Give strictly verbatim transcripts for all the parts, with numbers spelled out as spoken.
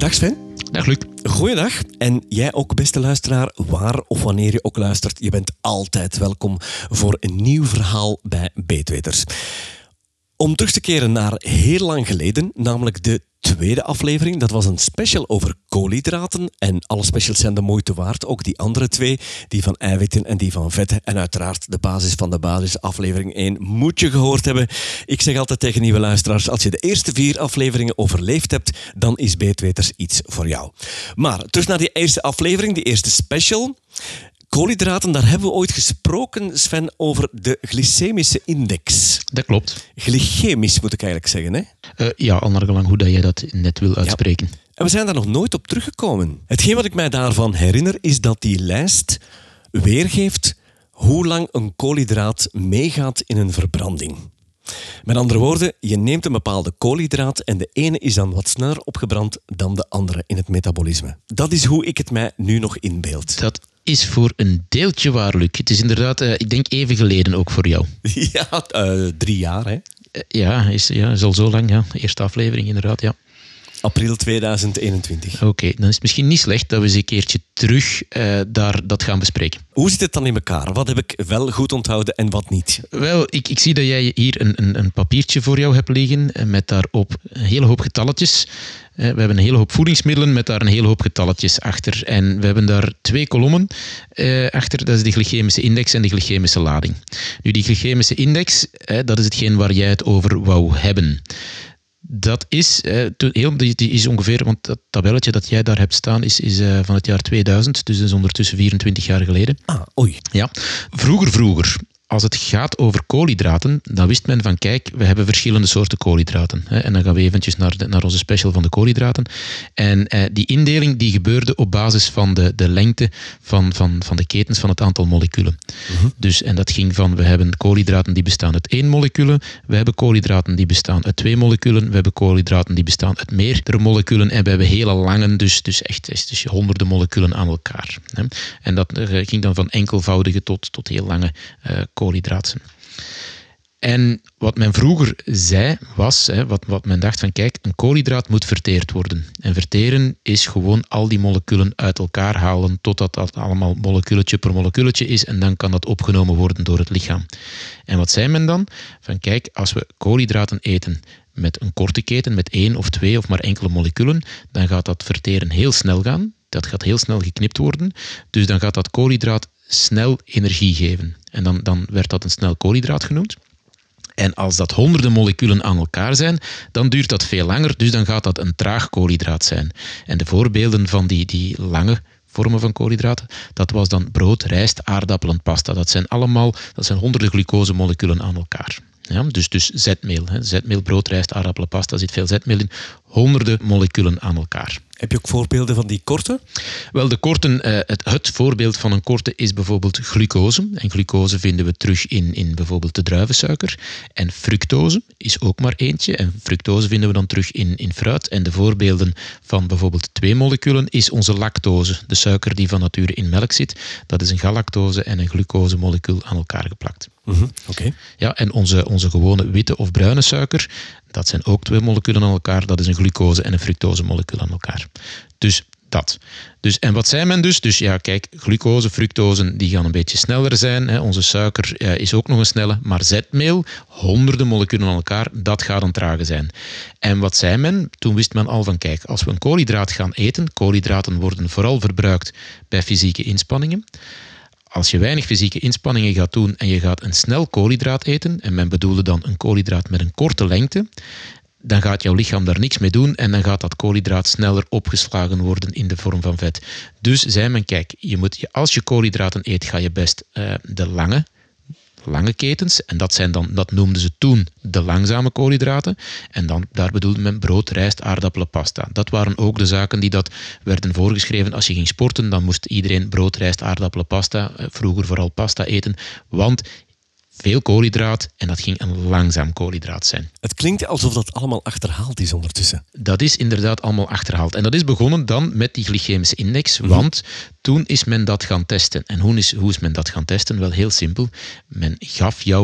Dag Sven. Dag Luc. Goeiedag. En jij ook, beste luisteraar, waar of wanneer je ook luistert, je bent altijd welkom voor een nieuw verhaal bij Beetweters. Om terug te keren naar heel lang geleden, namelijk de tweede aflevering. Dat was een special over koolhydraten en alle specials zijn de moeite waard. Ook die andere twee, die van eiwitten en die van vetten. En uiteraard de basis van de basis, aflevering één, moet je gehoord hebben. Ik zeg altijd tegen nieuwe luisteraars, als je de eerste vier afleveringen overleefd hebt, dan is Beetweters iets voor jou. Maar terug naar die eerste aflevering, die eerste special. Koolhydraten, daar hebben we ooit gesproken, Sven, over de glycemische index. Dat klopt. Glycemisch moet ik eigenlijk zeggen, hè? Uh, ja, al naar gelang hoe dat jij dat net wil uitspreken. Ja. En we zijn daar nog nooit op teruggekomen. Hetgeen wat ik mij daarvan herinner, is dat die lijst weergeeft hoe lang een koolhydraat meegaat in een verbranding. Met andere woorden, je neemt een bepaalde koolhydraat en de ene is dan wat sneller opgebrand dan de andere in het metabolisme. Dat is hoe ik het mij nu nog inbeeld. Dat is voor een deeltje waar, Luc. Het is inderdaad, uh, ik denk even geleden ook voor jou. Ja, uh, drie jaar, hè? Uh, ja, is, ja, is al zo lang, ja. Eerste aflevering, inderdaad, ja. April tweeduizend eenentwintig. Oké, okay, dan is het misschien niet slecht dat we eens een keertje terug uh, daar dat gaan bespreken. Hoe zit het dan in elkaar? Wat heb ik wel goed onthouden en wat niet? Wel, ik, ik zie dat jij hier een, een, een papiertje voor jou hebt liggen met daarop een hele hoop getalletjes. We hebben een hele hoop voedingsmiddelen met daar een hele hoop getalletjes achter. En we hebben daar twee kolommen uh, achter. Dat is de glycemische index en de glycemische lading. Nu, die glycemische index, uh, dat is hetgeen waar jij het over wou hebben. Dat is, eh, heel, die, die is ongeveer, want dat tabelletje dat jij daar hebt staan is, is uh, van het jaar tweeduizend, dus dat is ondertussen vierentwintig jaar geleden. Ah, oei. Ja. Vroeger, vroeger, als het gaat over koolhydraten, dan wist men van, kijk, we hebben verschillende soorten koolhydraten. Hè, en dan gaan we eventjes naar, de, naar onze special van de koolhydraten. En eh, die indeling die gebeurde op basis van de, de lengte van, van, van de ketens van het aantal moleculen. Uh-huh. Dus, en dat ging van, we hebben koolhydraten die bestaan uit één moleculen, we hebben koolhydraten die bestaan uit twee moleculen, we hebben koolhydraten die bestaan uit meerdere moleculen en we hebben hele lange, dus, dus echt dus honderden moleculen aan elkaar. Hè. En dat uh, ging dan van enkelvoudige tot, tot heel lange uh, koolhydraten. En wat men vroeger zei, was, hè, wat, wat men dacht van, kijk, een koolhydraat moet verteerd worden. En verteren is gewoon al die moleculen uit elkaar halen, totdat dat allemaal moleculetje per moleculetje is, en dan kan dat opgenomen worden door het lichaam. En wat zei men dan? Van, kijk, als we koolhydraten eten met een korte keten, met één of twee of maar enkele moleculen, dan gaat dat verteren heel snel gaan. Dat gaat heel snel geknipt worden. Dus dan gaat dat koolhydraat snel energie geven. En dan, dan werd dat een snel koolhydraat genoemd. En als dat honderden moleculen aan elkaar zijn, dan duurt dat veel langer, dus dan gaat dat een traag koolhydraat zijn. En de voorbeelden van die, die lange vormen van koolhydraten, dat was dan brood, rijst, aardappelen, pasta. Dat zijn allemaal, dat zijn honderden glucosemoleculen aan elkaar. Ja, dus, dus zetmeel, hè. Zetmeel, brood, rijst, aardappelen, pasta, er zit veel zetmeel in. Honderden moleculen aan elkaar. Heb je ook voorbeelden van die korte? Wel, de korten, uh, het, het voorbeeld van een korte is bijvoorbeeld glucose. En glucose vinden we terug in, in bijvoorbeeld de druivensuiker. En fructose is ook maar eentje. En fructose vinden we dan terug in, in fruit. En de voorbeelden van bijvoorbeeld twee moleculen is onze lactose. De suiker die van nature in melk zit. Dat is een galactose en een glucosemolecuul aan elkaar geplakt. Mm-hmm. Okay. Ja, en onze, onze gewone witte of bruine suiker, dat zijn ook twee moleculen aan elkaar. Dat is een glucose en een fructosemolecuul aan elkaar. Dus dat. Dus, en wat zei men dus? Dus ja, kijk, glucose, fructose, die gaan een beetje sneller zijn. Hè. Onze suiker ja, is ook nog een snelle. Maar zetmeel, honderden moleculen aan elkaar, dat gaat een trage zijn. En wat zei men? Toen wist men al van, kijk, als we een koolhydraat gaan eten, koolhydraten worden vooral verbruikt bij fysieke inspanningen. Als je weinig fysieke inspanningen gaat doen en je gaat een snel koolhydraat eten, en men bedoelde dan een koolhydraat met een korte lengte, dan gaat jouw lichaam daar niks mee doen en dan gaat dat koolhydraat sneller opgeslagen worden in de vorm van vet. Dus zei men, kijk, je moet, als je koolhydraten eet, ga je best uh, de lange, lange ketens, en dat, zijn dan, dat noemden ze toen de langzame koolhydraten, en dan, daar bedoelde men brood, rijst, aardappelen, pasta. Dat waren ook de zaken die dat werden voorgeschreven. Als je ging sporten, dan moest iedereen brood, rijst, aardappelen, pasta, vroeger vooral pasta eten, want veel koolhydraat en dat ging een langzaam koolhydraat zijn. Het klinkt alsof dat allemaal achterhaald is ondertussen. Dat is inderdaad allemaal achterhaald. En dat is begonnen dan met die glycemische index, mm-hmm. want toen is men dat gaan testen. En hoe is, hoe is men dat gaan testen? Wel heel simpel. Men gaf jou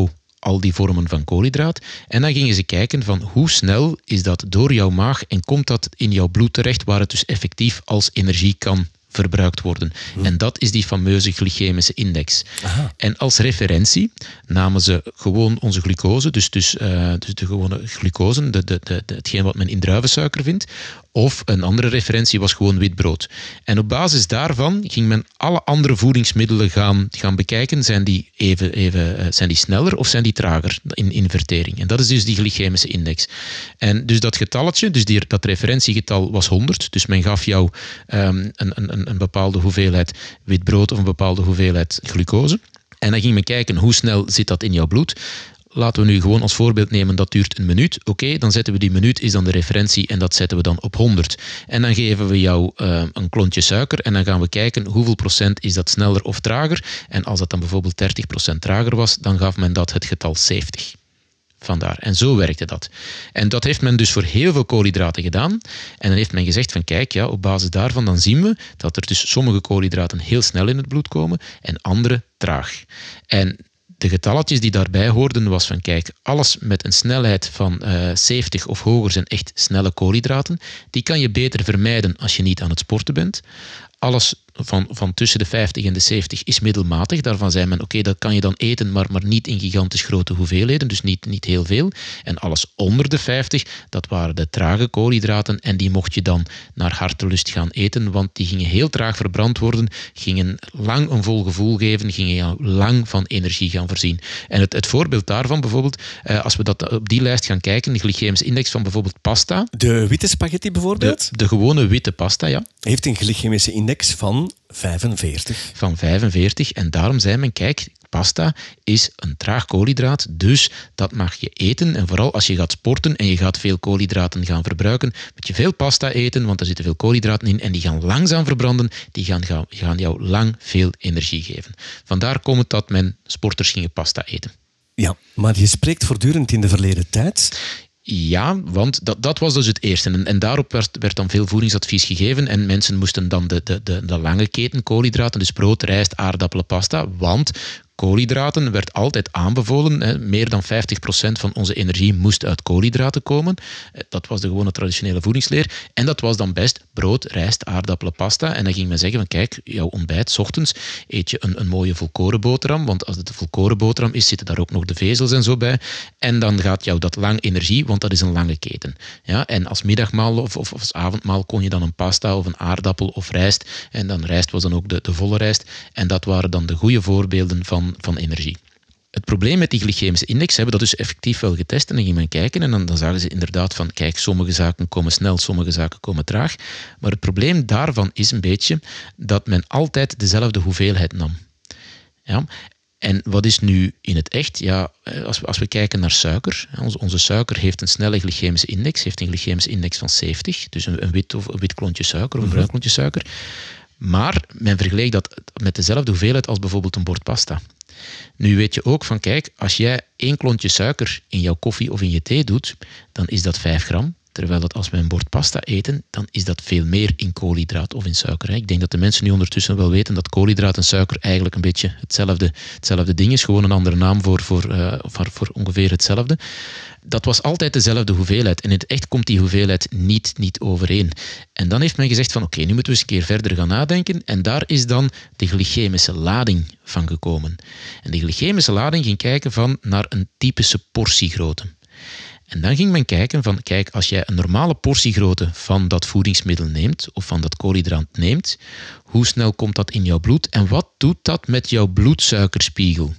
al die vormen van koolhydraat. En dan gingen ze kijken van hoe snel is dat door jouw maag en komt dat in jouw bloed terecht, waar het dus effectief als energie kan verbruikt worden. Hmm. En dat is die fameuze glycemische index. Aha. En als referentie namen ze gewoon onze glucose, dus, dus, uh, dus de gewone glucose, de, de, de, de, hetgeen wat men in druivensuiker vindt, of een andere referentie was gewoon wit brood. En op basis daarvan ging men alle andere voedingsmiddelen gaan, gaan bekijken. Zijn die, even, even, uh, zijn die sneller of zijn die trager in, in vertering? En dat is dus die glycemische index. En dus dat getalletje, dus die, dat referentiegetal was honderd. Dus men gaf jou um, een, een, een bepaalde hoeveelheid wit brood of een bepaalde hoeveelheid glucose. En dan ging men kijken hoe snel zit dat in jouw bloed. Laten we nu gewoon als voorbeeld nemen, dat duurt een minuut. Oké, okay, dan zetten we die minuut, is dan de referentie en dat zetten we dan op honderd. En dan geven we jou uh, een klontje suiker en dan gaan we kijken hoeveel procent is dat sneller of trager. En als dat dan bijvoorbeeld dertig procent trager was, dan gaf men dat het getal zeventig. Vandaar. En zo werkte dat. En dat heeft men dus voor heel veel koolhydraten gedaan. En dan heeft men gezegd van kijk, ja, op basis daarvan dan zien we dat er dus sommige koolhydraten heel snel in het bloed komen en andere traag. En de getalletjes die daarbij hoorden was van kijk, alles met een snelheid van uh, zeventig of hoger zijn echt snelle koolhydraten. Die kan je beter vermijden als je niet aan het sporten bent. Alles van, van tussen de vijftig en de zeventig is middelmatig. Daarvan zei men, oké, okay, dat kan je dan eten, maar, maar niet in gigantisch grote hoeveelheden, dus niet, niet heel veel. En alles onder de vijftig, dat waren de trage koolhydraten en die mocht je dan naar hartelust gaan eten, want die gingen heel traag verbrand worden, gingen lang een vol gevoel geven, gingen jou lang van energie gaan voorzien. En het, het voorbeeld daarvan bijvoorbeeld, eh, als we dat op die lijst gaan kijken, de glycemische index van bijvoorbeeld pasta. De witte spaghetti bijvoorbeeld? De, de gewone witte pasta, ja. Heeft een glycemische index van vijfenveertig. Van vijfenveertig. En daarom zei men, kijk, pasta is een traag koolhydraat, dus dat mag je eten. En vooral als je gaat sporten en je gaat veel koolhydraten gaan verbruiken, moet je veel pasta eten, want er zitten veel koolhydraten in en die gaan langzaam verbranden, die gaan, gaan, gaan jou lang veel energie geven. Vandaar komt het dat men sporters gingen pasta eten. Ja, maar je spreekt voortdurend in de verleden tijd. Ja, want dat, dat was dus het eerste. En, en daarop werd, werd dan veel voedingsadvies gegeven en mensen moesten dan de, de, de, de lange keten koolhydraten, dus brood, rijst, aardappelen, pasta, want koolhydraten werd altijd aanbevolen. Hè. Meer dan vijftig procent van onze energie moest uit koolhydraten komen. Dat was de gewone traditionele voedingsleer. En dat was dan best brood, rijst, aardappelen, pasta. En dan ging men zeggen van kijk, jouw ontbijt, 's ochtends eet je een, een mooie volkorenboterham. Want als het een volkorenboterham is, zitten daar ook nog de vezels en zo bij. En dan gaat jou dat lang energie, want dat is een lange keten. Ja, en als middagmaal of, of als avondmaal kon je dan een pasta of een aardappel of rijst. En dan rijst was dan ook de, de volle rijst. En dat waren dan de goede voorbeelden van van energie. Het probleem met die glycemische index, hebben dat dus effectief wel getest en dan ging men kijken en dan, dan zagen ze inderdaad van kijk, sommige zaken komen snel, sommige zaken komen traag. Maar het probleem daarvan is een beetje dat men altijd dezelfde hoeveelheid nam. Ja? En wat is nu in het echt? Ja, als we, als we kijken naar suiker, onze, onze suiker heeft een snelle glycemische index, heeft een glycemische index van zeventig, dus een, een, wit, of, een wit klontje suiker of een bruin klontje suiker. Maar men vergelijkt dat met dezelfde hoeveelheid als bijvoorbeeld een bord pasta. Nu weet je ook van, kijk, als jij één klontje suiker in jouw koffie of in je thee doet, dan is dat vijf gram. Terwijl dat als we een bord pasta eten, dan is dat veel meer in koolhydraat of in suiker. Ik denk dat de mensen nu ondertussen wel weten dat koolhydraat en suiker eigenlijk een beetje hetzelfde, hetzelfde ding is. Gewoon een andere naam voor, voor, uh, voor, voor ongeveer hetzelfde. Dat was altijd dezelfde hoeveelheid. En in het echt komt die hoeveelheid niet, niet overeen. En dan heeft men gezegd van oké, okay, nu moeten we eens een keer verder gaan nadenken. En daar is dan de glycemische lading van gekomen. En de glycemische lading ging kijken van naar een typische portiegrootte. En dan ging men kijken van, kijk, als jij een normale portiegrootte van dat voedingsmiddel neemt, of van dat koolhydraat neemt, hoe snel komt dat in jouw bloed en wat doet dat met jouw bloedsuikerspiegel?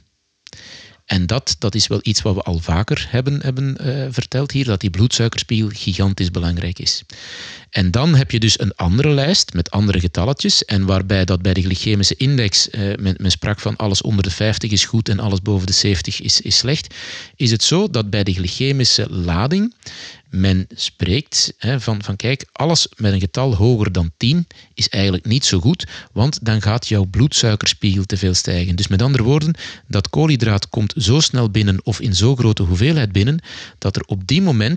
En dat, dat is wel iets wat we al vaker hebben, hebben uh, verteld hier, dat die bloedsuikerspiegel gigantisch belangrijk is. En dan heb je dus een andere lijst met andere getalletjes en waarbij dat bij de glycemische index, uh, men, men sprak van alles onder de vijftig is goed en alles boven de zeventig is, is slecht, is het zo dat bij de glycemische lading men spreekt hè, van, van kijk, alles met een getal hoger dan tien is eigenlijk niet zo goed, want dan gaat jouw bloedsuikerspiegel te veel stijgen. Dus met andere woorden, dat koolhydraat komt zo snel binnen of in zo grote hoeveelheid binnen, dat er op die moment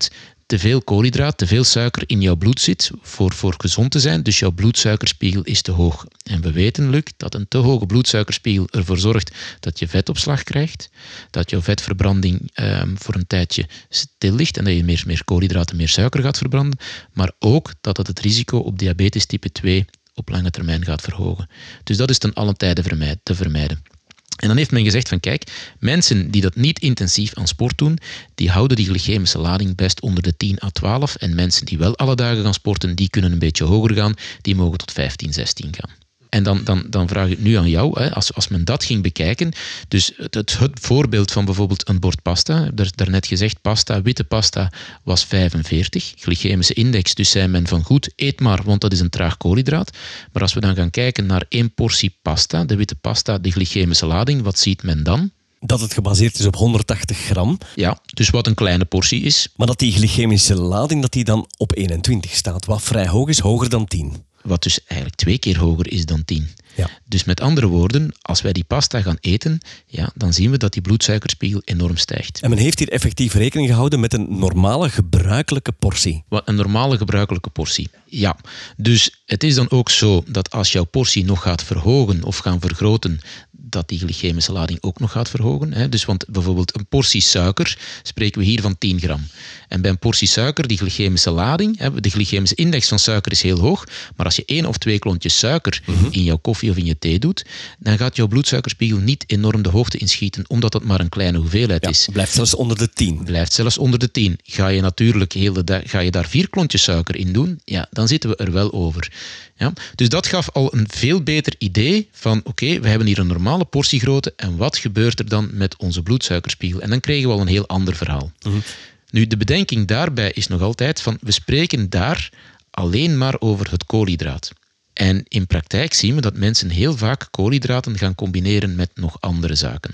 te veel koolhydraat, te veel suiker in jouw bloed zit voor, voor gezond te zijn. Dus jouw bloedsuikerspiegel is te hoog. En we weten, Luc, dat een te hoge bloedsuikerspiegel ervoor zorgt dat je vetopslag krijgt, dat jouw vetverbranding um, voor een tijdje stil ligt en dat je meer, meer koolhydraten, meer suiker gaat verbranden, maar ook dat het het risico op diabetes type twee op lange termijn gaat verhogen. Dus dat is ten allen tijde vermijd, te vermijden. En dan heeft men gezegd van kijk, mensen die dat niet intensief aan sport doen, die houden die glycemische lading best onder de tien à twaalf. En mensen die wel alle dagen gaan sporten, die kunnen een beetje hoger gaan, die mogen tot vijftien, zestien gaan. En dan, dan, dan vraag ik nu aan jou, hè, als, als men dat ging bekijken, dus het, het, het voorbeeld van bijvoorbeeld een bord pasta, er daarnet gezegd, pasta, witte pasta was vijfenveertig, glycemische index, dus zei men van goed, eet maar, want dat is een traag koolhydraat. Maar als we dan gaan kijken naar één portie pasta, de witte pasta, de glycemische lading, wat ziet men dan? Dat het gebaseerd is op honderdtachtig gram. Ja, dus wat een kleine portie is. Maar dat die glycemische lading dat die dan op eenentwintig staat, wat vrij hoog is, hoger dan tien. Wat dus eigenlijk twee keer hoger is dan tien. Ja. Dus met andere woorden, als wij die pasta gaan eten, ja, dan zien we dat die bloedsuikerspiegel enorm stijgt. En men heeft hier effectief rekening gehouden met een normale gebruikelijke portie. Wat een normale gebruikelijke portie. Ja, dus het is dan ook zo dat als jouw portie nog gaat verhogen of gaan vergroten, dat die glycemische lading ook nog gaat verhogen. Hè. Dus want bijvoorbeeld een portie suiker, spreken we hier van tien gram. En bij een portie suiker, die glycemische lading, hè, de glycemische index van suiker is heel hoog, maar als je één of twee klontjes suiker mm-hmm. in jouw koffie of in je thee doet, dan gaat jouw bloedsuikerspiegel niet enorm de hoogte inschieten, omdat het maar een kleine hoeveelheid ja, is. Blijft zelfs onder de tien. Blijft zelfs onder de tien. Ga je natuurlijk heel de dag, ga je daar vier klontjes suiker in doen, ja, dan zitten we er wel over. Ja? Dus dat gaf al een veel beter idee van oké, okay, we hebben hier een normale portiegrootte en wat gebeurt er dan met onze bloedsuikerspiegel? En dan kregen we al een heel ander verhaal. Mm-hmm. Nu, de bedenking daarbij is nog altijd van we spreken daar alleen maar over het koolhydraat. En in praktijk zien we dat mensen heel vaak koolhydraten gaan combineren met nog andere zaken.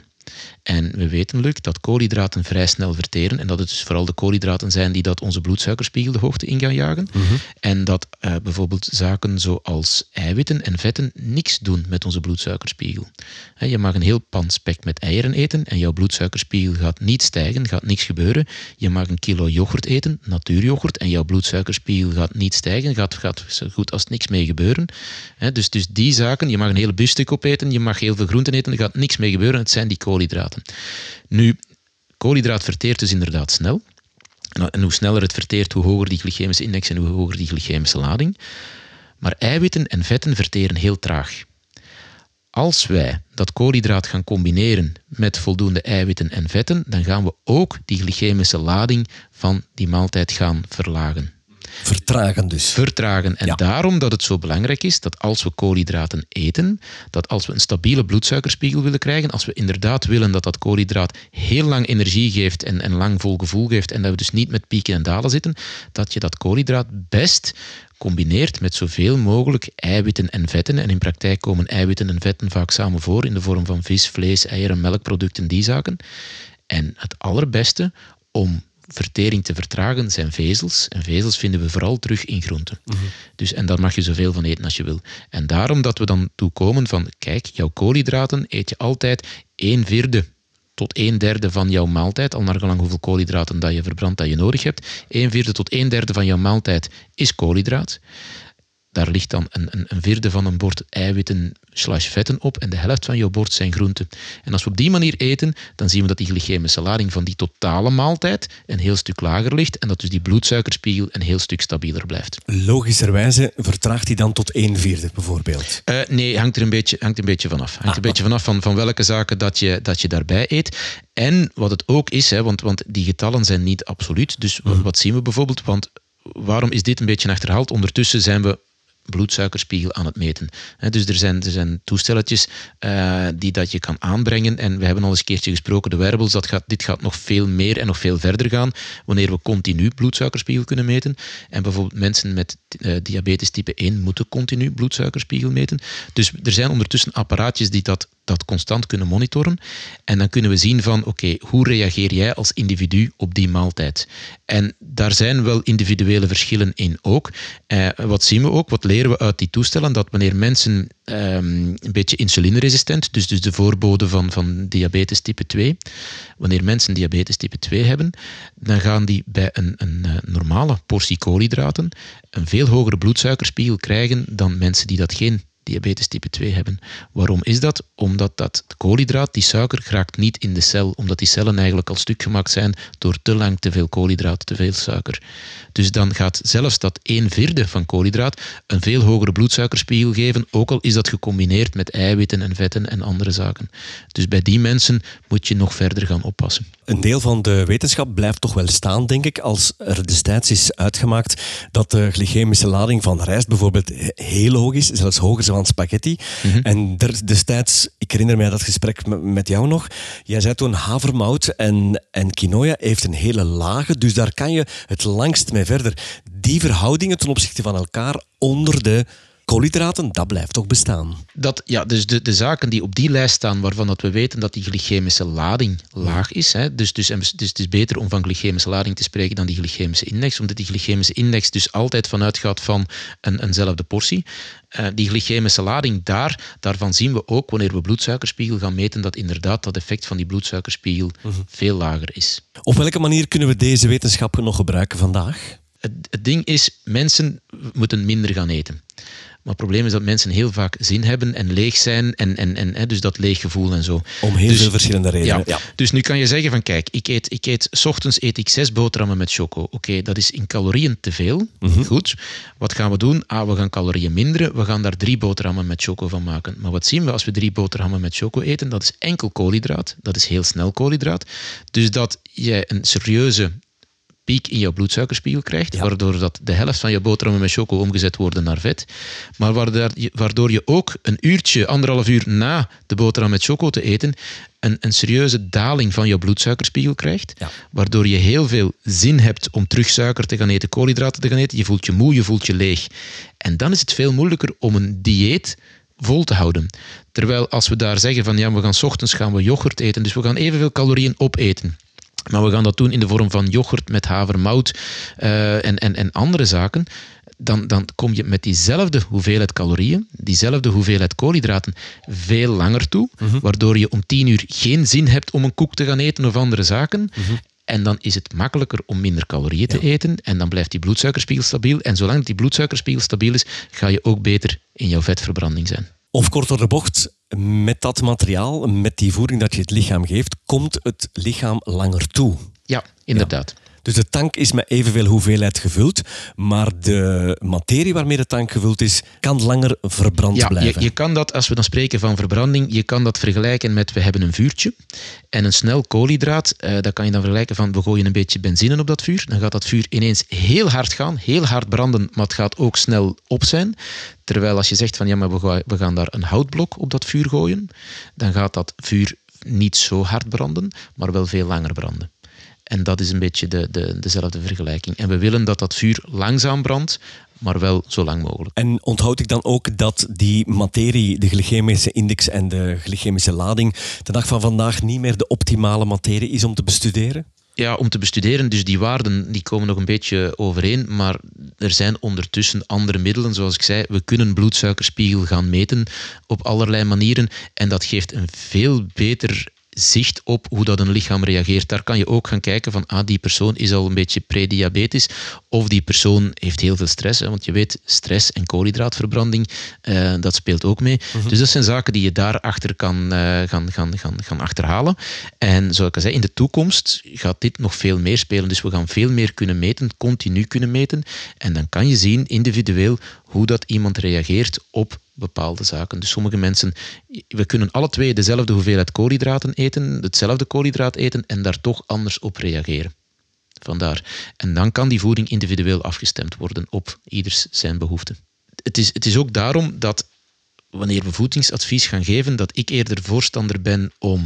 En we weten, Luc, dat koolhydraten vrij snel verteren en dat het dus vooral de koolhydraten zijn die dat onze bloedsuikerspiegel de hoogte in gaan jagen. Mm-hmm. En dat uh, bijvoorbeeld zaken zoals eiwitten en vetten niks doen met onze bloedsuikerspiegel. He, je mag een heel pan spek met eieren eten en jouw bloedsuikerspiegel gaat niet stijgen, gaat niks gebeuren. Je mag een kilo yoghurt eten, natuuryoghurt, en jouw bloedsuikerspiegel gaat niet stijgen, gaat, gaat zo goed als niks mee gebeuren. He, dus, dus die zaken, je mag een hele biefstuk opeten, je mag heel veel groenten eten, er gaat niks mee gebeuren, het zijn die koolhydraten. Nu, koolhydraat verteert dus inderdaad snel. En hoe sneller het verteert, hoe hoger die glycemische index en hoe hoger die glycemische lading. Maar eiwitten en vetten verteren heel traag. Als wij dat koolhydraat gaan combineren met voldoende eiwitten en vetten, dan gaan we ook die glycemische lading van die maaltijd gaan verlagen. Vertragen dus. Vertragen. En ja. Daarom dat het zo belangrijk is dat als we koolhydraten eten, dat als we een stabiele bloedsuikerspiegel willen krijgen, als we inderdaad willen dat dat koolhydraat heel lang energie geeft en, en lang vol gevoel geeft en dat we dus niet met pieken en dalen zitten, dat je dat koolhydraat best combineert met zoveel mogelijk eiwitten en vetten. En in praktijk komen eiwitten en vetten vaak samen voor in de vorm van vis, vlees, eieren, melkproducten, die zaken. En het allerbeste om vertering te vertragen zijn vezels. En vezels vinden we vooral terug in groenten. Mm-hmm. Dus, en daar mag je zoveel van eten als je wil. En daarom dat we dan toe komen van, kijk, jouw koolhydraten eet je altijd een vierde tot een derde van jouw maaltijd, al naar gelang hoeveel koolhydraten dat je verbrandt dat je nodig hebt. Een vierde tot een derde van jouw maaltijd is koolhydraat. Daar ligt dan een, een, een vierde van een bord eiwitten slash vetten op en de helft van jouw bord zijn groenten. En als we op die manier eten, dan zien we dat die glycemische lading van die totale maaltijd een heel stuk lager ligt en dat dus die bloedsuikerspiegel een heel stuk stabieler blijft. Logischerwijze vertraagt die dan tot een vierde bijvoorbeeld? Uh, nee, hangt er een beetje, hangt een beetje vanaf. Hangt ah, een beetje vanaf van, van welke zaken dat je, dat je daarbij eet. En wat het ook is, hè, want, want die getallen zijn niet absoluut. Dus mm. wat, wat zien we bijvoorbeeld? Want waarom is dit een beetje achterhaald? Ondertussen zijn we bloedsuikerspiegel aan het meten. He, dus er zijn, er zijn toestelletjes uh, die dat je kan aanbrengen en we hebben al eens een keertje gesproken, de wearables, dat gaat, dit gaat nog veel meer en nog veel verder gaan wanneer we continu bloedsuikerspiegel kunnen meten. En bijvoorbeeld mensen met uh, diabetes type één moeten continu bloedsuikerspiegel meten. Dus er zijn ondertussen apparaatjes die dat dat constant kunnen monitoren. En dan kunnen we zien van, oké, okay, hoe reageer jij als individu op die maaltijd? En daar zijn wel individuele verschillen in ook. Eh, wat zien we ook, wat leren we uit die toestellen? Dat wanneer mensen um, een beetje insulineresistent, dus, dus de voorbode van, van diabetes type twee, wanneer mensen diabetes type twee hebben, dan gaan die bij een, een, een normale portie koolhydraten een veel hogere bloedsuikerspiegel krijgen dan mensen die dat geen diabetes type twee hebben. Waarom is dat? Omdat dat koolhydraat, die suiker, raakt niet in de cel. Omdat die cellen eigenlijk al stuk gemaakt zijn door te lang te veel koolhydraat, te veel suiker. Dus dan gaat zelfs dat een vierde van koolhydraat een veel hogere bloedsuikerspiegel geven, ook al is dat gecombineerd met eiwitten en vetten en andere zaken. Dus bij die mensen moet je nog verder gaan oppassen. Een deel van de wetenschap blijft toch wel staan, denk ik, als er destijds is uitgemaakt dat de glycemische lading van rijst bijvoorbeeld heel hoog is, zelfs hoger dan spaghetti. Mm-hmm. En er, destijds, ik herinner mij dat gesprek met jou nog, jij zei toen havermout en, en quinoa heeft een hele lage, dus daar kan je het langst mee verder. Die verhoudingen ten opzichte van elkaar onder de koolhydraten, dat blijft toch bestaan? Dat, ja, dus de, de zaken die op die lijst staan, waarvan dat we weten dat die glycemische lading laag is, hè, dus, dus, dus, dus het is beter om van glycemische lading te spreken dan die glycemische index, omdat die glycemische index dus altijd vanuit gaat van een, eenzelfde portie. Uh, die glycemische lading daar, daarvan zien we ook, wanneer we bloedsuikerspiegel gaan meten, dat inderdaad dat effect van die bloedsuikerspiegel mm-hmm. veel lager is. Op welke manier kunnen we deze wetenschap nog gebruiken vandaag? Het, het ding is, mensen moeten minder gaan eten. Maar het probleem is dat mensen heel vaak zin hebben en leeg zijn en, en, en hè, dus dat leeggevoel en zo. Om heel dus, veel verschillende redenen. Ja. Ja. Dus nu kan je zeggen van kijk, ik eet, ik eet, 's ochtends eet ik zes boterhammen met choco. Oké, okay, dat is in calorieën te veel. Mm-hmm. Goed. Wat gaan we doen? Ah, we gaan calorieën minderen. We gaan daar drie boterhammen met choco van maken. Maar wat zien we als we drie boterhammen met choco eten? Dat is enkel koolhydraat. Dat is heel snel koolhydraat. Dus dat je een serieuze piek in jouw bloedsuikerspiegel krijgt, ja. waardoor dat de helft van je boterhammen met choco omgezet worden naar vet. Maar waardoor je ook een uurtje, anderhalf uur na de boterham met choco te eten, een, een serieuze daling van je bloedsuikerspiegel krijgt, ja. waardoor je heel veel zin hebt om terug suiker te gaan eten, koolhydraten te gaan eten. Je voelt je moe, je voelt je leeg. En dan is het veel moeilijker om een dieet vol te houden. Terwijl als we daar zeggen van ja, we gaan 's ochtends gaan we yoghurt eten, dus we gaan evenveel calorieën opeten. Maar we gaan dat doen in de vorm van yoghurt met havermout uh, en, en, en andere zaken. Dan, dan kom je met diezelfde hoeveelheid calorieën, diezelfde hoeveelheid koolhydraten veel langer toe, mm-hmm. waardoor je om tien uur geen zin hebt om een koek te gaan eten of andere zaken. Mm-hmm. En dan is het makkelijker om minder calorieën te ja. eten en dan blijft die bloedsuikerspiegel stabiel. En zolang die bloedsuikerspiegel stabiel is, ga je ook beter in jouw vetverbranding zijn. Of kort door de bocht, met dat materiaal, met die voeding dat je het lichaam geeft, komt het lichaam langer toe. Ja, inderdaad. Ja. Dus de tank is met evenveel hoeveelheid gevuld, maar de materie waarmee de tank gevuld is, kan langer verbrand ja, blijven. Je, je kan dat, als we dan spreken van verbranding, je kan dat vergelijken met, we hebben een vuurtje en een snel koolhydraat, uh, dat kan je dan vergelijken van, we gooien een beetje benzine op dat vuur, dan gaat dat vuur ineens heel hard gaan, heel hard branden, maar het gaat ook snel op zijn. Terwijl als je zegt van, ja, maar we, we gaan daar een houtblok op dat vuur gooien, dan gaat dat vuur niet zo hard branden, maar wel veel langer branden. En dat is een beetje de, de, dezelfde vergelijking. En we willen dat dat vuur langzaam brandt, maar wel zo lang mogelijk. En onthoud ik dan ook dat die materie, de glycemische index en de glycemische lading, de dag van vandaag niet meer de optimale materie is om te bestuderen? Ja, om te bestuderen. Dus die waarden die komen nog een beetje overeen, maar er zijn ondertussen andere middelen. Zoals ik zei, we kunnen bloedsuikerspiegel gaan meten op allerlei manieren en dat geeft een veel beter zicht op hoe dat een lichaam reageert. Daar kan je ook gaan kijken van, ah, die persoon is al een beetje prediabetisch of die persoon heeft heel veel stress. Hè, want je weet, stress en koolhydraatverbranding, uh, dat speelt ook mee. Mm-hmm. Dus dat zijn zaken die je daarachter kan uh, gaan, gaan, gaan, gaan achterhalen. En zoals ik al zei, in de toekomst gaat dit nog veel meer spelen. Dus we gaan veel meer kunnen meten, continu kunnen meten. En dan kan je zien, individueel, hoe dat iemand reageert op bepaalde zaken. Dus sommige mensen, we kunnen alle twee dezelfde hoeveelheid koolhydraten eten, hetzelfde koolhydraat eten en daar toch anders op reageren. Vandaar. En dan kan die voeding individueel afgestemd worden op ieders zijn behoeften. Het is, het is ook daarom dat wanneer we voedingsadvies gaan geven, dat ik eerder voorstander ben om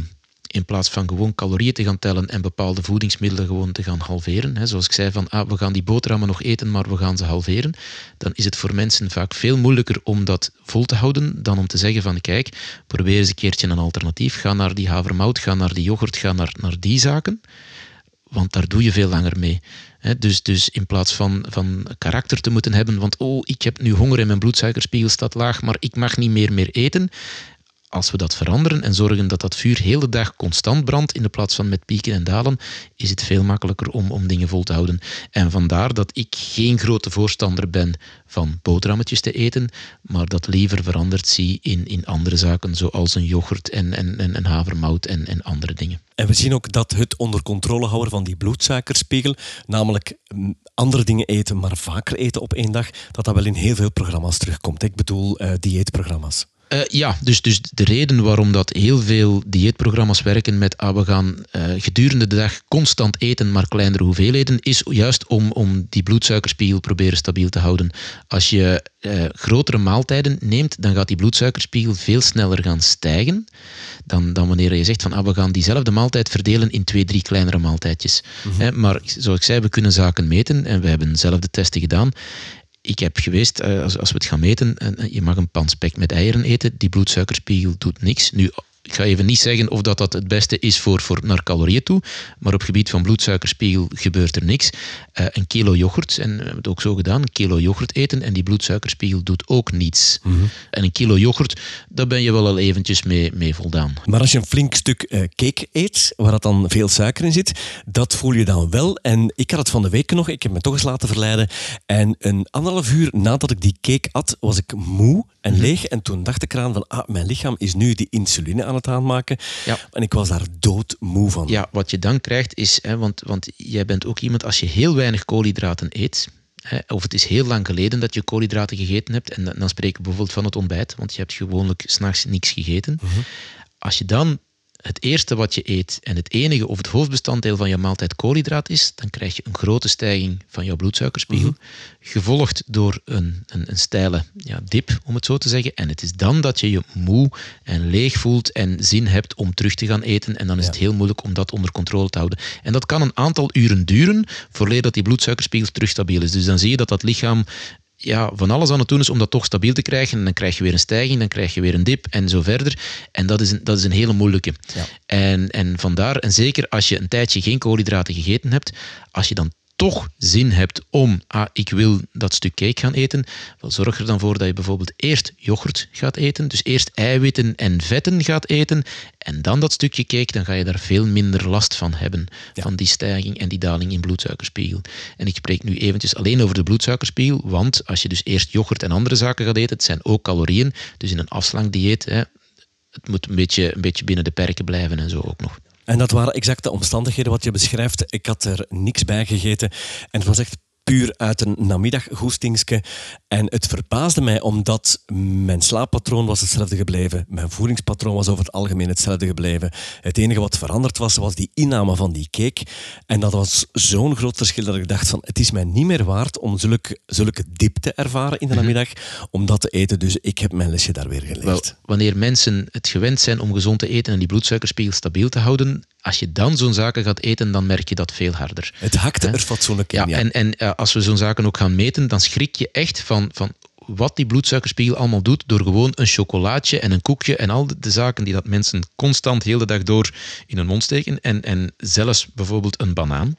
in plaats van gewoon calorieën te gaan tellen en bepaalde voedingsmiddelen gewoon te gaan halveren. Hè. Zoals ik zei, van ah, we gaan die boterhammen nog eten, maar we gaan ze halveren. Dan is het voor mensen vaak veel moeilijker om dat vol te houden dan om te zeggen van kijk, probeer eens een keertje een alternatief. Ga naar die havermout, ga naar die yoghurt, ga naar, naar die zaken. Want daar doe je veel langer mee. He, dus, dus in plaats van, van karakter te moeten hebben, want oh, ik heb nu honger en mijn bloedsuikerspiegel staat laag, maar ik mag niet meer meer eten. Als we dat veranderen en zorgen dat dat vuur heel de dag constant brandt, in de plaats van met pieken en dalen, is het veel makkelijker om, om dingen vol te houden. En vandaar dat ik geen grote voorstander ben van boterhammetjes te eten, maar dat liever veranderd zie in, in andere zaken, zoals een yoghurt en, en, en, en havermout en, en andere dingen. En we zien ook dat het onder controle houden van die bloedsuikerspiegel, namelijk andere dingen eten, maar vaker eten op één dag, dat dat wel in heel veel programma's terugkomt. Ik bedoel uh, dieetprogramma's. Uh, ja, dus, dus de reden waarom dat heel veel dieetprogramma's werken met ah, we gaan uh, gedurende de dag constant eten, maar kleinere hoeveelheden, is juist om, om die bloedsuikerspiegel proberen stabiel te houden. Als je uh, grotere maaltijden neemt, dan gaat die bloedsuikerspiegel veel sneller gaan stijgen dan, dan wanneer je zegt van ah, we gaan diezelfde maaltijd verdelen in twee, drie kleinere maaltijdjes. Mm-hmm. He, maar zoals ik zei, we kunnen zaken meten en we hebben zelf de testen gedaan. Ik heb geweest, als, als we het gaan meten, je mag een pan spek met eieren eten, die bloedsuikerspiegel doet niks. Nu, ik ga even niet zeggen of dat, dat het beste is voor, voor naar calorieën toe, maar op gebied van bloedsuikerspiegel gebeurt er niks. Uh, een kilo yoghurt, en we hebben het ook zo gedaan, een kilo yoghurt eten en die bloedsuikerspiegel doet ook niets. Mm-hmm. En een kilo yoghurt, daar ben je wel al eventjes mee, mee voldaan. Maar als je een flink stuk uh, cake eet, waar dat dan veel suiker in zit, dat voel je dan wel. En ik had het van de week nog, ik heb me toch eens laten verleiden. En een anderhalf uur nadat ik die cake at, was ik moe en mm-hmm. leeg. En toen dacht ik eraan van, ah, mijn lichaam is nu die insuline aan het aanmaken. Ja. En ik was daar doodmoe van. Ja, wat je dan krijgt is, hè, want, want jij bent ook iemand, als je heel weinig koolhydraten eet, hè, of het is heel lang geleden dat je koolhydraten gegeten hebt, en dan spreek ik bijvoorbeeld van het ontbijt, want je hebt gewoonlijk 's nachts niks gegeten. Mm-hmm. Als je dan het eerste wat je eet en het enige of het hoofdbestanddeel van je maaltijd koolhydraat is, dan krijg je een grote stijging van jouw bloedsuikerspiegel, mm-hmm. gevolgd door een, een, een steile ja, dip, om het zo te zeggen. En het is dan dat je je moe en leeg voelt en zin hebt om terug te gaan eten. En dan is ja. het heel moeilijk om dat onder controle te houden. En dat kan een aantal uren duren, voordat die bloedsuikerspiegel terug stabiel is. Dus dan zie je dat dat lichaam ja, van alles aan het doen is om dat toch stabiel te krijgen. En dan krijg je weer een stijging, dan krijg je weer een dip en zo verder. En dat is een, dat is een hele moeilijke. Ja. En, en vandaar, en zeker als je een tijdje geen koolhydraten gegeten hebt, als je dan toch zin hebt om, ah, ik wil dat stuk cake gaan eten, wel, zorg er dan voor dat je bijvoorbeeld eerst yoghurt gaat eten, dus eerst eiwitten en vetten gaat eten, en dan dat stukje cake, dan ga je daar veel minder last van hebben, ja. van die stijging en die daling in bloedsuikerspiegel. En ik spreek nu eventjes alleen over de bloedsuikerspiegel, want als je dus eerst yoghurt en andere zaken gaat eten, het zijn ook calorieën, dus in een afslankdieet, hè, het moet een beetje, een beetje binnen de perken blijven en zo ook nog. En dat waren exact de omstandigheden wat je beschrijft. Ik had er niks bij gegeten. En het was echt puur uit een namiddaggoestingske. En het verbaasde mij, omdat mijn slaappatroon was hetzelfde gebleven. Mijn voedingspatroon was over het algemeen hetzelfde gebleven. Het enige wat veranderd was, was die inname van die cake. En dat was zo'n groot verschil dat ik dacht van, het is mij niet meer waard om zulke, zulke dip te ervaren in de namiddag, om dat te eten. Dus ik heb mijn lesje daar weer geleerd. Wel, wanneer mensen het gewend zijn om gezond te eten en die bloedsuikerspiegel stabiel te houden, als je dan zo'n zaken gaat eten, dan merk je dat veel harder. Het hakte er fatsoenlijk in. Ja, ja. En, en uh, als we zo'n zaken ook gaan meten, dan schrik je echt van, van wat die bloedsuikerspiegel allemaal doet door gewoon een chocolaatje en een koekje en al de, de zaken die dat mensen constant heel de dag door in hun mond steken. En, en zelfs bijvoorbeeld een banaan,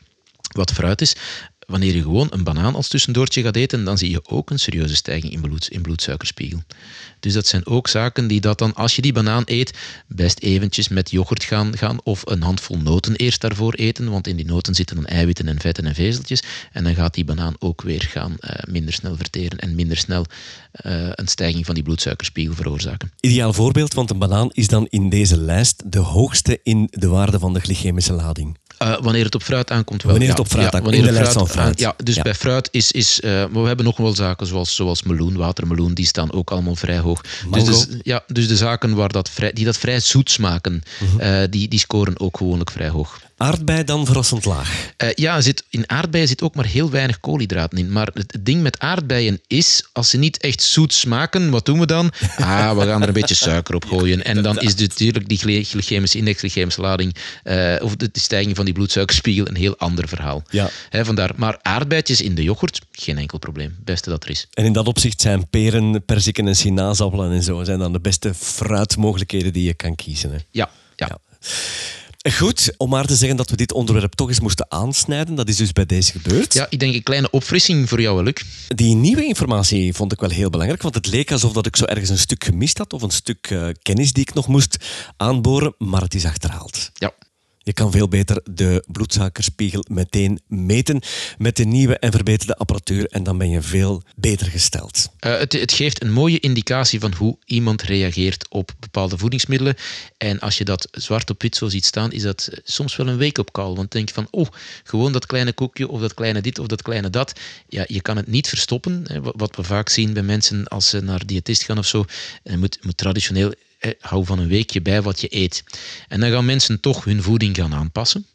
wat fruit is. Wanneer je gewoon een banaan als tussendoortje gaat eten, dan zie je ook een serieuze stijging in, bloed, in bloedsuikerspiegel. Dus dat zijn ook zaken die dat dan, als je die banaan eet, best eventjes met yoghurt gaan, gaan of een handvol noten eerst daarvoor eten, want in die noten zitten dan eiwitten en vetten en vezeltjes. En dan gaat die banaan ook weer gaan uh, minder snel verteren en minder snel uh, een stijging van die bloedsuikerspiegel veroorzaken. Ideaal voorbeeld, want een banaan is dan in deze lijst de hoogste in de waarde van de glycemische lading. Uh, wanneer het op fruit aankomt wel. Wanneer het op fruit ja, aankomt, in de lijst van fruit. Ja, dus ja. bij fruit is... is uh, maar we hebben nog wel zaken zoals, zoals meloen, watermeloen, die staan ook allemaal vrij hoog. Dus de, ja, dus de zaken waar dat vrij, die dat vrij zoet smaken, uh-huh. uh, die, die scoren ook gewoonlijk vrij hoog. Aardbei dan verrassend laag. Uh, ja, zit, in aardbeien zit ook maar heel weinig koolhydraten in. Maar het ding met aardbeien is, als ze niet echt zoet smaken, wat doen we dan? Ah, we gaan er een beetje suiker op gooien. En dan is natuurlijk die glycemische index, glycemische lading, uh, of de stijging van die bloedsuikerspiegel een heel ander verhaal. Ja. He, vandaar, maar aardbeidjes in de yoghurt, geen enkel probleem. Beste dat er is. En in dat opzicht zijn peren, perziken en sinaasappelen en zo zijn dan de beste fruitmogelijkheden die je kan kiezen. Hè? Ja, ja. ja. Goed, om maar te zeggen dat we dit onderwerp toch eens moesten aansnijden. Dat is dus bij deze gebeurd. Ja, ik denk een kleine opfrissing voor jou, Luc. Die nieuwe informatie vond ik wel heel belangrijk, want het leek alsof dat ik zo ergens een stuk gemist had of een stuk uh, kennis die ik nog moest aanboren, maar het is achterhaald. Ja. Je kan veel beter de bloedsuikerspiegel meteen meten met de nieuwe en verbeterde apparatuur en dan ben je veel beter gesteld. Uh, het, het geeft een mooie indicatie van hoe iemand reageert op bepaalde voedingsmiddelen. En als je dat zwart op wit zo ziet staan, is dat soms wel een wake-up call. Want dan denk je van, oh, gewoon dat kleine koekje of dat kleine dit of dat kleine dat. Ja, je kan het niet verstoppen. Hè, wat we vaak zien bij mensen als ze naar diëtist gaan of zo. Je moet, moet traditioneel... hou van een weekje bij wat je eet. En dan gaan mensen toch hun voeding gaan aanpassen.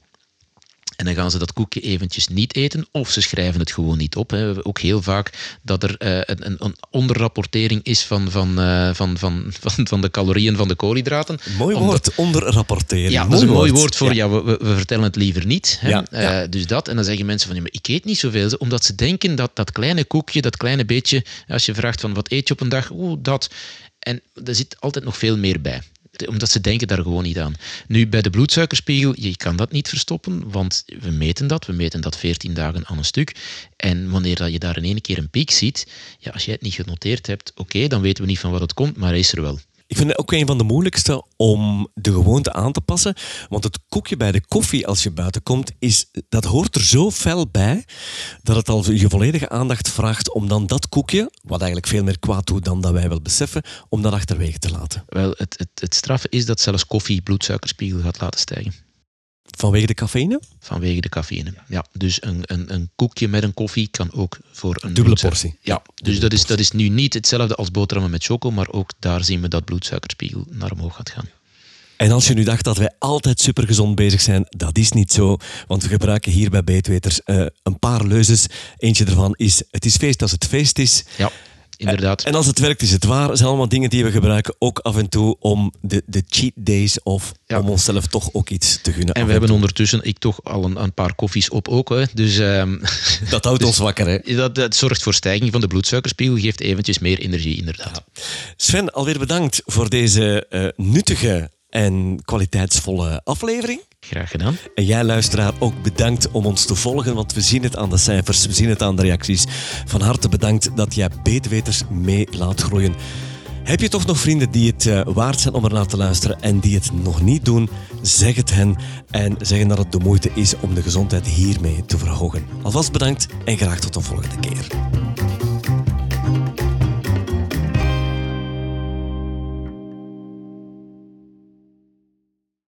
En dan gaan ze dat koekje eventjes niet eten, of ze schrijven het gewoon niet op. We hebben ook heel vaak dat er uh, een, een onderrapportering is van, van, uh, van, van, van, van de calorieën van de koolhydraten. Mooi woord, Omdat, onderrapportering. Ja, dat is een mooi woord voor, ja, ja we, we vertellen het liever niet. Hè? Ja, ja. Uh, dus dat, en dan zeggen mensen van, ja, maar ik eet niet zoveel. Omdat ze denken dat dat kleine koekje, dat kleine beetje, als je vraagt van, wat eet je op een dag? Oeh, dat... En er zit altijd nog veel meer bij. Omdat ze denken daar gewoon niet aan. Nu, bij de bloedsuikerspiegel, je kan dat niet verstoppen, want we meten dat. We meten dat veertien dagen aan een stuk. En wanneer je daar in één keer een piek ziet, ja, als jij het niet genoteerd hebt, oké, okay, dan weten we niet van wat het komt, maar hij is er wel. Ik vind het ook een van de moeilijkste om de gewoonte aan te passen. Want het koekje bij de koffie als je buiten komt, is, dat hoort er zo fel bij dat het al je volledige aandacht vraagt om dan dat koekje, wat eigenlijk veel meer kwaad doet dan dat wij wel beseffen, om dat achterwege te laten. Wel, het, het, het straffe is dat zelfs koffie bloedsuikerspiegel gaat laten stijgen. Vanwege de cafeïne? Vanwege de cafeïne, ja. Dus een, een, een koekje met een koffie kan ook voor een... Dubbele portie. Ja, dus dat is, dat is nu niet hetzelfde als boterhammen met choco, maar ook daar zien we dat bloedsuikerspiegel naar omhoog gaat gaan. En als je nu dacht dat wij altijd supergezond bezig zijn, dat is niet zo. Want we gebruiken hier bij Beetweters uh, een paar leuzes. Eentje daarvan is, het is feest als het feest is. Ja. Inderdaad. En als het werkt, is het waar. Het zijn allemaal dingen die we gebruiken, ook af en toe om de, de cheat days of ja. om onszelf toch ook iets te gunnen. En we hebben ondertussen, ik toch al een, een paar koffies op ook. Hè. Dus, um, dat houdt dus ons wakker, hè? Dat, dat zorgt voor stijging van de bloedsuikerspiegel, geeft eventjes meer energie, inderdaad. Ja. Sven, alweer bedankt voor deze uh, nuttige en kwaliteitsvolle aflevering. Graag gedaan. En jij, luisteraar, ook bedankt om ons te volgen, want we zien het aan de cijfers, we zien het aan de reacties. Van harte bedankt dat jij Beetweters mee laat groeien. Heb je toch nog vrienden die het uh, waard zijn om er naar te luisteren en die het nog niet doen? Zeg het hen en zeg hen dat het de moeite is om de gezondheid hiermee te verhogen. Alvast bedankt en graag tot de volgende keer.